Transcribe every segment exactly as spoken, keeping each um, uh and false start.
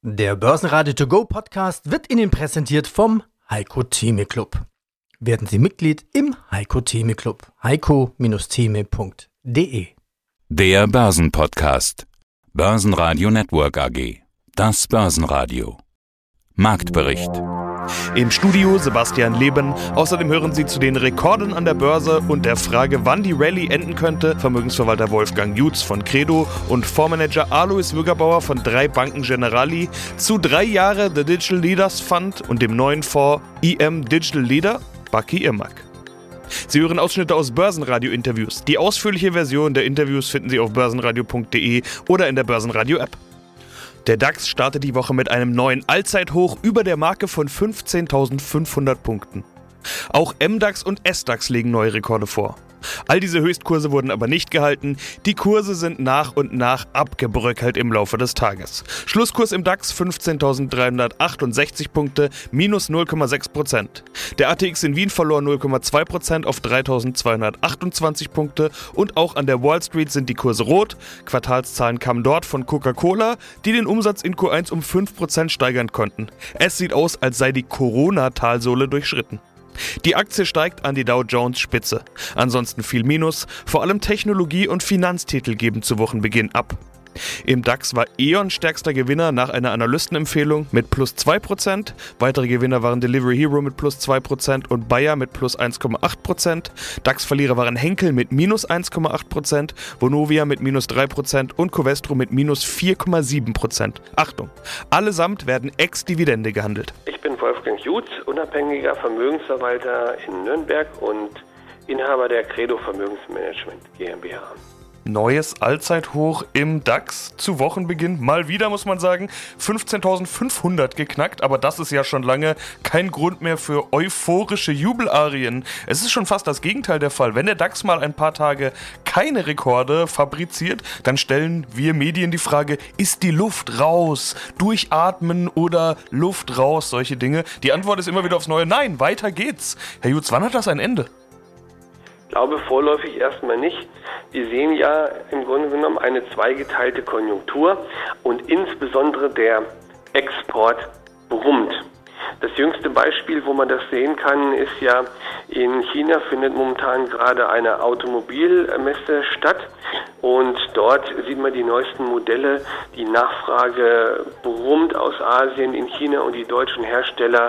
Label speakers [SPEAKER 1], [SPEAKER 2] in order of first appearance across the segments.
[SPEAKER 1] Der Börsenradio To Go Podcast wird Ihnen präsentiert vom Heiko Theme Club. Werden Sie Mitglied im Heiko Theme Club. heiko Theme punkt de.
[SPEAKER 2] Der Börsenpodcast. Börsenradio Network A G. Das Börsenradio. Marktbericht.
[SPEAKER 3] Im Studio Sebastian Leben. Außerdem hören Sie zu den Rekorden an der Börse und der Frage, wann die Rallye enden könnte, Vermögensverwalter Wolfgang Jutz von Credo und Fondsmanager Alois Wüggerbauer von drei Banken Generali zu drei Jahre The Digital Leaders Fund und dem neuen Fonds I M Digital Leader, Baki Irmak. Sie hören Ausschnitte aus Börsenradio-Interviews. Die ausführliche Version der Interviews finden Sie auf börsenradio punkt de oder in der Börsenradio-App. Der DAX startet die Woche mit einem neuen Allzeithoch über der Marke von fünfzehntausendfünfhundert Punkten. Auch M DAX und S DAX legen neue Rekorde vor. All diese Höchstkurse wurden aber nicht gehalten. Die Kurse sind nach und nach abgebröckelt im Laufe des Tages. Schlusskurs im DAX fünfzehntausenddreihundertachtundsechzig Punkte, minus null Komma sechs Prozent. Der A T X in Wien verlor null Komma zwei Prozent auf dreitausendzweihundertachtundzwanzig Punkte und auch an der Wall Street sind die Kurse rot. Quartalszahlen kamen dort von Coca-Cola, die den Umsatz in Q eins um fünf Prozent steigern konnten. Es sieht aus, als sei die Corona-Talsohle durchschritten. Die Aktie steigt an die Dow Jones Spitze. Ansonsten viel Minus, vor allem Technologie- und Finanztitel geben zu Wochenbeginn ab. Im DAX war E.ON stärkster Gewinner nach einer Analystenempfehlung mit plus zwei Prozent. Weitere Gewinner waren Delivery Hero mit plus zwei Prozent und Bayer mit plus eins Komma acht Prozent. DAX-Verlierer waren Henkel mit minus eins Komma acht Prozent, Vonovia mit minus drei Prozent und Covestro mit minus vier Komma sieben Prozent. Achtung, allesamt werden ex-Dividende gehandelt.
[SPEAKER 4] Ich bin Wolfgang Jutz, unabhängiger Vermögensverwalter in Nürnberg und Inhaber der Credo Vermögensmanagement GmbH.
[SPEAKER 3] Neues Allzeithoch im DAX zu Wochenbeginn. Mal wieder, muss man sagen, fünfzehntausendfünfhundert geknackt, aber das ist ja schon lange kein Grund mehr für euphorische Jubelarien. Es ist schon fast das Gegenteil der Fall. Wenn der DAX mal ein paar Tage keine Rekorde fabriziert, dann stellen wir Medien die Frage, ist die Luft raus? Durchatmen oder Luft raus? Solche Dinge. Die Antwort ist immer wieder aufs Neue, nein, weiter geht's. Herr Jutz, wann hat das ein Ende?
[SPEAKER 4] Ich glaube vorläufig erstmal nicht. Wir sehen ja im Grunde genommen eine zweigeteilte Konjunktur und insbesondere der Export brummt. Das jüngste Beispiel, wo man das sehen kann, ist ja, in China findet momentan gerade eine Automobilmesse statt und dort sieht man die neuesten Modelle. Die Nachfrage brummt aus Asien in China und die deutschen Hersteller,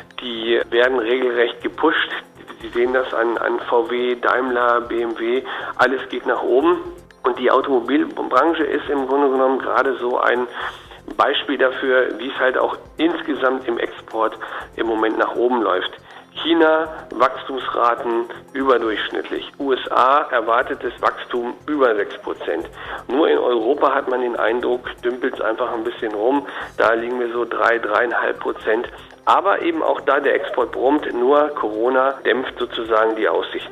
[SPEAKER 4] die werden regelrecht gepusht. Sie sehen das an, an V W, Daimler, B M W, alles geht nach oben. Und die Automobilbranche ist im Grunde genommen gerade so ein Beispiel dafür, wie es halt auch insgesamt im Export im Moment nach oben läuft. China, Wachstumsraten überdurchschnittlich. U S A erwartetes Wachstum über sechs Prozent. Nur in Europa hat man den Eindruck, dümpelt es einfach ein bisschen rum. Da liegen wir so drei, dreieinhalb Prozent. Aber eben auch da der Export brummt, nur Corona dämpft sozusagen die Aussichten.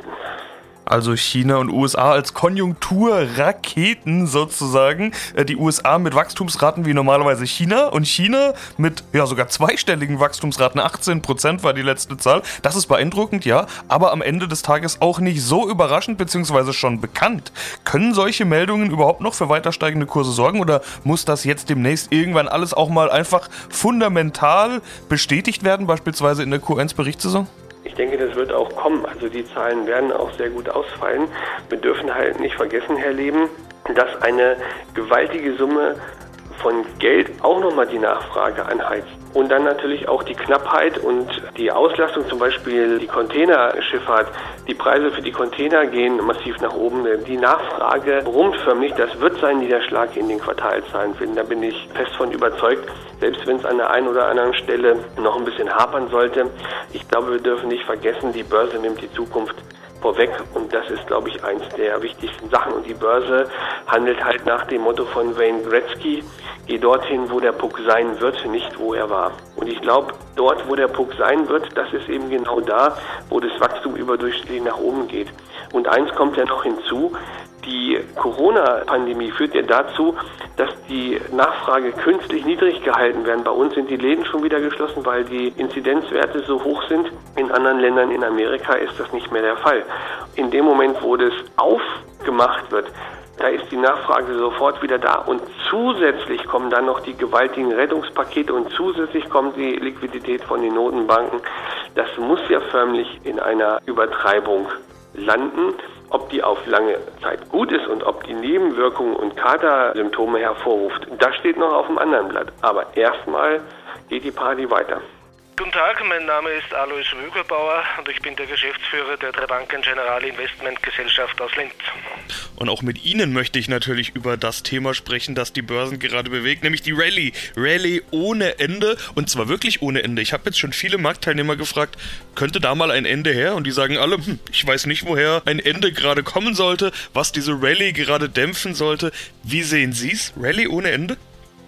[SPEAKER 3] Also China und U S A als Konjunkturraketen sozusagen. Die U S A mit Wachstumsraten wie normalerweise China und China mit ja sogar zweistelligen Wachstumsraten. achtzehn Prozent war die letzte Zahl. Das ist beeindruckend, ja, aber am Ende des Tages auch nicht so überraschend bzw. schon bekannt. Können solche Meldungen überhaupt noch für weiter steigende Kurse sorgen oder muss das jetzt demnächst irgendwann alles auch mal einfach fundamental bestätigt werden, beispielsweise in der Q eins Berichtssaison?
[SPEAKER 4] Ich denke, das wird auch kommen. Also die Zahlen werden auch sehr gut ausfallen. Wir dürfen halt nicht vergessen, Herr Leben, dass eine gewaltige Summe von Geld auch nochmal die Nachfrage anheizt. Und dann natürlich auch die Knappheit und die Auslastung, zum Beispiel die Containerschifffahrt. Die Preise für die Container gehen massiv nach oben. Die Nachfrage brummt förmlich. Das wird seinen Niederschlag in den Quartalszahlen finden. Da bin ich fest von überzeugt. Selbst wenn es an der einen oder anderen Stelle noch ein bisschen hapern sollte. Ich glaube, wir dürfen nicht vergessen, die Börse nimmt die Zukunft vorweg und das ist, glaube ich, eins der wichtigsten Sachen. Und die Börse handelt halt nach dem Motto von Wayne Gretzky, geh dorthin, wo der Puck sein wird, nicht wo er war. Und ich glaube, dort, wo der Puck sein wird, das ist eben genau da, wo das Wachstum überdurchschnittlich nach oben geht. Und eins kommt ja noch hinzu, die Corona-Pandemie führt ja dazu, dass die Nachfrage künstlich niedrig gehalten werden. Bei uns sind die Läden schon wieder geschlossen, weil die Inzidenzwerte so hoch sind. In anderen Ländern in Amerika ist das nicht mehr der Fall. In dem Moment, wo das aufgemacht wird, Da ist die Nachfrage sofort wieder da und zusätzlich kommen dann noch die gewaltigen Rettungspakete und zusätzlich kommt die Liquidität von den Notenbanken. Das muss ja förmlich in einer Übertreibung landen. Ob die auf lange Zeit gut ist und ob die Nebenwirkungen und Katersymptome hervorruft, das steht noch auf dem anderen Blatt. Aber erstmal geht die Party weiter.
[SPEAKER 5] Guten Tag, mein Name ist Alois Wögerbauer und ich bin der Geschäftsführer der Drei Banken General Investment Gesellschaft aus Linz.
[SPEAKER 3] Und auch mit Ihnen möchte ich natürlich über das Thema sprechen, das die Börsen gerade bewegt, nämlich die Rallye. Rallye ohne Ende und zwar wirklich ohne Ende. Ich habe jetzt schon viele Marktteilnehmer gefragt, könnte da mal ein Ende her? Und die sagen alle, hm, ich weiß nicht, woher ein Ende gerade kommen sollte, was diese Rallye gerade dämpfen sollte. Wie sehen Sie es? Rallye ohne Ende?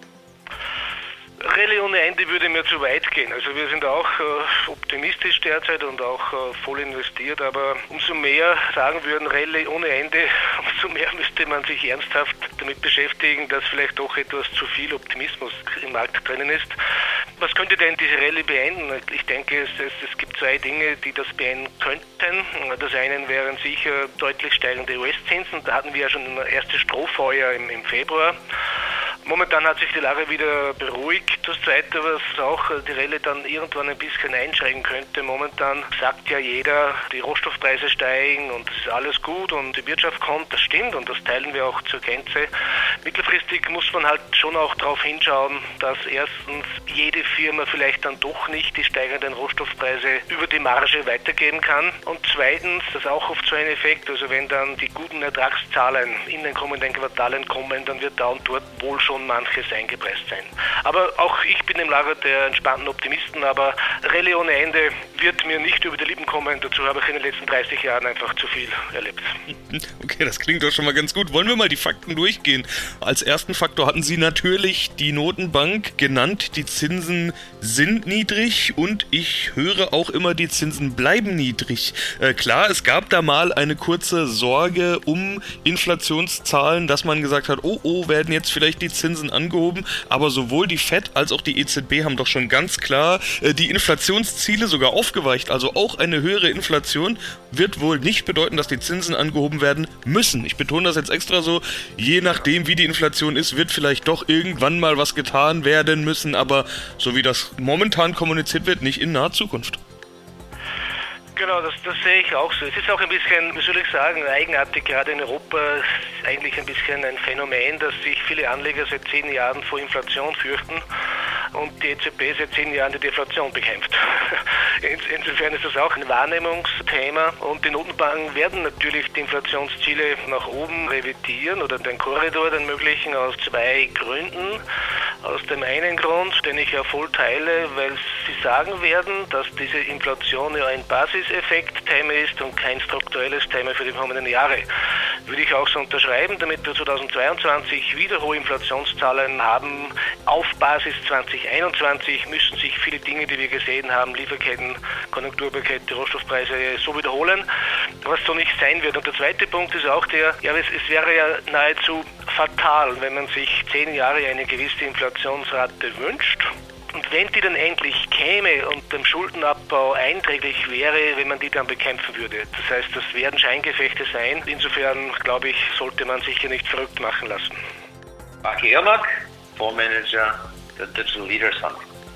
[SPEAKER 5] Rallye ohne Ende würde mir zu weit gehen. Also wir sind auch äh, optimistisch derzeit und auch äh, voll investiert, aber umso mehr sagen würden, Rallye ohne Ende, umso mehr müsste man sich ernsthaft damit beschäftigen, dass vielleicht doch etwas zu viel Optimismus im Markt drinnen ist. Was könnte denn diese Rallye beenden? Ich denke, es, es, es gibt zwei Dinge, die das beenden könnten. Das eine wären sicher deutlich steigende U S-Zinsen. Da hatten wir ja schon ein erstes Strohfeuer im, im Februar. Momentan hat sich die Lage wieder beruhigt. Das Zweite, was auch die Rallye dann irgendwann ein bisschen einschränken könnte, momentan sagt ja jeder, die Rohstoffpreise steigen und es ist alles gut und die Wirtschaft kommt, das stimmt und das teilen wir auch zur Gänze. Mittelfristig muss man halt schon auch darauf hinschauen, dass erstens jede Firma vielleicht dann doch nicht die steigenden Rohstoffpreise über die Marge weitergeben kann und zweitens, das ist auch oft so ein Effekt, also wenn dann die guten Ertragszahlen in den kommenden Quartalen kommen, dann wird da und dort wohl schon manches eingepreist sein. Aber auch ich bin im Lager der entspannten Optimisten, aber Rallye ohne Ende wird mir nicht über die Lippen kommen. Dazu habe ich in den letzten dreißig Jahren einfach zu viel erlebt.
[SPEAKER 3] Okay, das klingt doch schon mal ganz gut. Wollen wir mal die Fakten durchgehen? Als ersten Faktor hatten Sie natürlich die Notenbank genannt. Die Zinsen sind niedrig und ich höre auch immer, die Zinsen bleiben niedrig. Äh, klar, es gab da mal eine kurze Sorge um Inflationszahlen, dass man gesagt hat, oh, oh, werden jetzt vielleicht die Zinsen angehoben, aber sowohl die Fed als auch die E Z B haben doch schon ganz klar äh, die Inflationsziele sogar aufgeweicht. Also auch eine höhere Inflation wird wohl nicht bedeuten, dass die Zinsen angehoben werden müssen. Ich betone das jetzt extra so, je nachdem wie die Inflation ist, wird vielleicht doch irgendwann mal was getan werden müssen, aber so wie das momentan kommuniziert wird, nicht in naher Zukunft.
[SPEAKER 5] Genau, das, das sehe ich auch so. Es ist auch ein bisschen, wie soll ich sagen, eigenartig, gerade in Europa ist eigentlich ein bisschen ein Phänomen, dass sich viele Anleger seit zehn Jahren vor Inflation fürchten und die E Z B seit zehn Jahren die Deflation bekämpft. Insofern ist das auch ein Wahrnehmungsthema und die Notenbanken werden natürlich die Inflationsziele nach oben revidieren oder den Korridor, den möglichen, aus zwei Gründen. Aus dem einen Grund, den ich ja voll teile, weil sie sagen werden, dass diese Inflation ja ein Basiseffekt-Thema ist und kein strukturelles Thema für die kommenden Jahre. Würde ich auch so unterschreiben, damit wir zweitausendzweiundzwanzig wieder hohe Inflationszahlen haben. Auf Basis zweitausendeinundzwanzig müssen sich viele Dinge, die wir gesehen haben, Lieferketten, Konjunkturpakete, Rohstoffpreise so wiederholen, was so nicht sein wird. Und der zweite Punkt ist auch der, ja, es, es wäre ja nahezu fatal, wenn man sich zehn Jahre eine gewisse Inflationsrate wünscht. Und wenn die dann endlich käme und dem Schuldenabbau einträglich wäre, wenn man die dann bekämpfen würde. Das heißt, das werden Scheingefechte sein. Insofern, glaube ich, sollte man sich hier nicht verrückt machen lassen.
[SPEAKER 6] Baki Irmak, Fondsmanager der Digital Leaders Fund.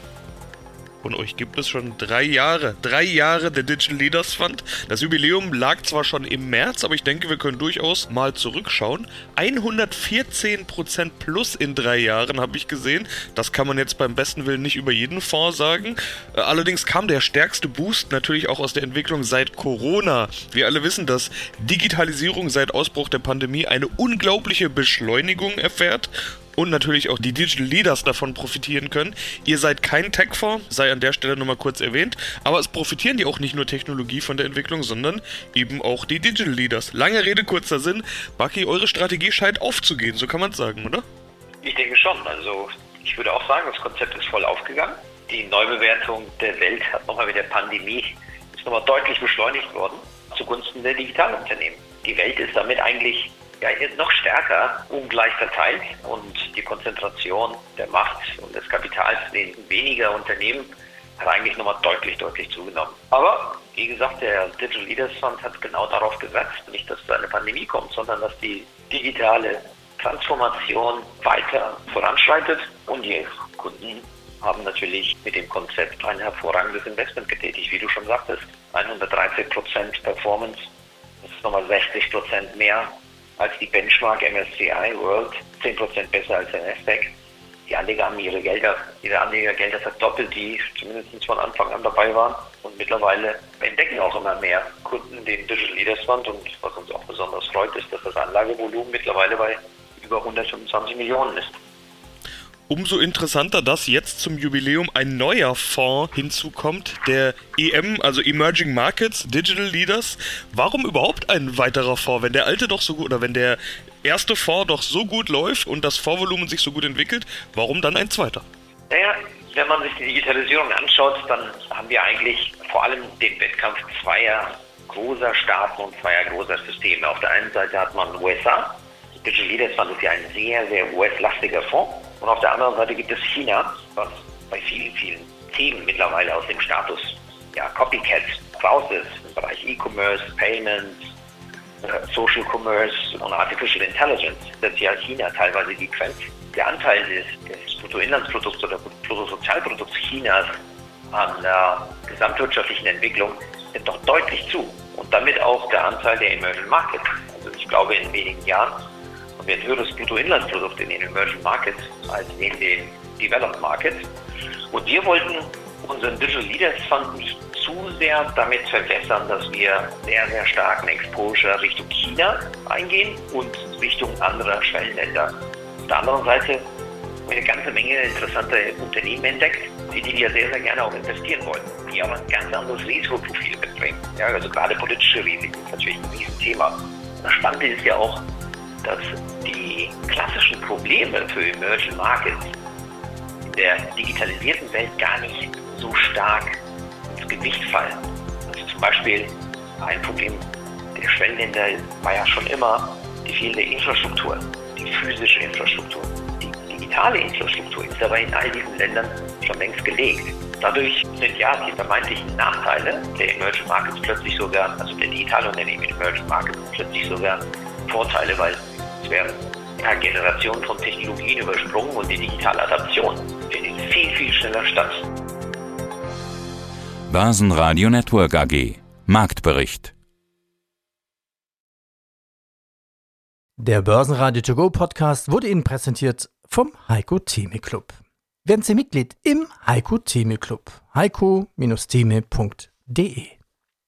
[SPEAKER 3] Von euch gibt es schon drei Jahre. Drei Jahre der Digital Leaders Fund. Das Jubiläum lag zwar schon im März, aber ich denke, wir können durchaus mal zurückschauen. hundertvierzehn Prozent plus in drei Jahren habe ich gesehen. Das kann man jetzt beim besten Willen nicht über jeden Fonds sagen. Allerdings kam der stärkste Boost natürlich auch aus der Entwicklung seit Corona. Wir alle wissen, dass Digitalisierung seit Ausbruch der Pandemie eine unglaubliche Beschleunigung erfährt. Und natürlich auch die Digital Leaders davon profitieren können. Ihr seid kein Tech-Fonds, sei an der Stelle nochmal kurz erwähnt, aber es profitieren ja auch nicht nur Technologie von der Entwicklung, sondern eben auch die Digital Leaders. Lange Rede, kurzer Sinn. Baki, eure Strategie scheint aufzugehen, so kann man es sagen, oder?
[SPEAKER 6] Ich denke schon. Also ich würde auch sagen, das Konzept ist voll aufgegangen. Die Neubewertung der Welt hat nochmal mit der Pandemie ist nochmal deutlich beschleunigt worden zugunsten der Digitalunternehmen. Die Welt ist damit eigentlich ja, noch stärker ungleich verteilt und die Konzentration der Macht und des Kapitals in weniger Unternehmen hat eigentlich nochmal deutlich, deutlich zugenommen. Aber, wie gesagt, der Digital Leaders Fund hat genau darauf gesetzt, nicht, dass da eine Pandemie kommt, sondern dass die digitale Transformation weiter voranschreitet und die Kunden haben natürlich mit dem Konzept ein hervorragendes Investment getätigt, wie du schon sagtest. hundertdreizehn Prozent Performance, das ist nochmal sechzig Prozent mehr als die Benchmark M S C I World, zehn Prozent besser als der Nasdaq. Die Anleger haben ihre Gelder, ihre Anlegergelder verdoppelt, die zumindest von Anfang an dabei waren. Und mittlerweile entdecken auch immer mehr Kunden den Digital Leaders Fund. Und was uns auch besonders freut, ist, dass das Anlagevolumen mittlerweile bei über hundertfünfundzwanzig Millionen ist.
[SPEAKER 3] Umso interessanter, dass jetzt zum Jubiläum ein neuer Fonds hinzukommt, der E M, also Emerging Markets Digital Leaders. Warum überhaupt ein weiterer Fonds, wenn der alte doch so gut, oder wenn der erste Fonds doch so gut läuft und das Fondsvolumen sich so gut entwickelt, warum dann ein zweiter?
[SPEAKER 6] Naja, wenn man sich die Digitalisierung anschaut, dann haben wir eigentlich vor allem den Wettkampf zweier großer Staaten und zweier großer Systeme. Auf der einen Seite hat man U S A, Digital Leaders Fund ist ja ein sehr, sehr U S-lastiger Fonds. Und auf der anderen Seite gibt es China, was bei vielen, vielen Themen mittlerweile aus dem Status ja, Copycat raus ist, im Bereich E-Commerce, Payments, äh, Social Commerce und Artificial Intelligence. Das ist ja China teilweise die Trends. Der Anteil des, des Bruttoinlandsprodukts oder Bruttosozialprodukts Chinas an der gesamtwirtschaftlichen Entwicklung nimmt doch deutlich zu. Und damit auch der Anteil der Emerging Markets. Also ich glaube, in wenigen Jahren haben wir ein höheres Bruttoinlandsprodukt in den Emerging Markets als in den Developed Markets. Und wir wollten unseren Digital Leaders Fund nicht zu sehr damit verbessern, dass wir sehr, sehr starken Exposure Richtung China eingehen und Richtung anderer Schwellenländer. Auf der anderen Seite haben wir eine ganze Menge interessanter Unternehmen entdeckt, in die wir sehr, sehr gerne auch investieren wollen, die aber ein ganz anderes Risikoprofil mitbringen. Ja, also gerade politische Risiken ist natürlich ein Riesenthema. Das Spannende ist ja auch, dass die klassischen Probleme für Emerging Markets in der digitalisierten Welt gar nicht so stark ins Gewicht fallen. Also zum Beispiel ein Problem der Schwellenländer war ja schon immer die fehlende Infrastruktur, die physische Infrastruktur. Die digitale Infrastruktur ist aber in all diesen Ländern schon längst gelegt. Dadurch sind ja die vermeintlichen Nachteile der Emerging Markets plötzlich sogar, also der Digitalunternehmen in Emerging Markets plötzlich sogar Vorteile, weil es werden ja, Generationen von Technologien übersprungen und die digitale Adaption findet viel, viel schneller statt.
[SPEAKER 2] Börsenradio Network A G Marktbericht.
[SPEAKER 1] Der Börsenradio To Go Podcast wurde Ihnen präsentiert vom Heiko Theme Club. Werden Sie Mitglied im Heiko Theme Club. heiko Bindestrich theme punkt de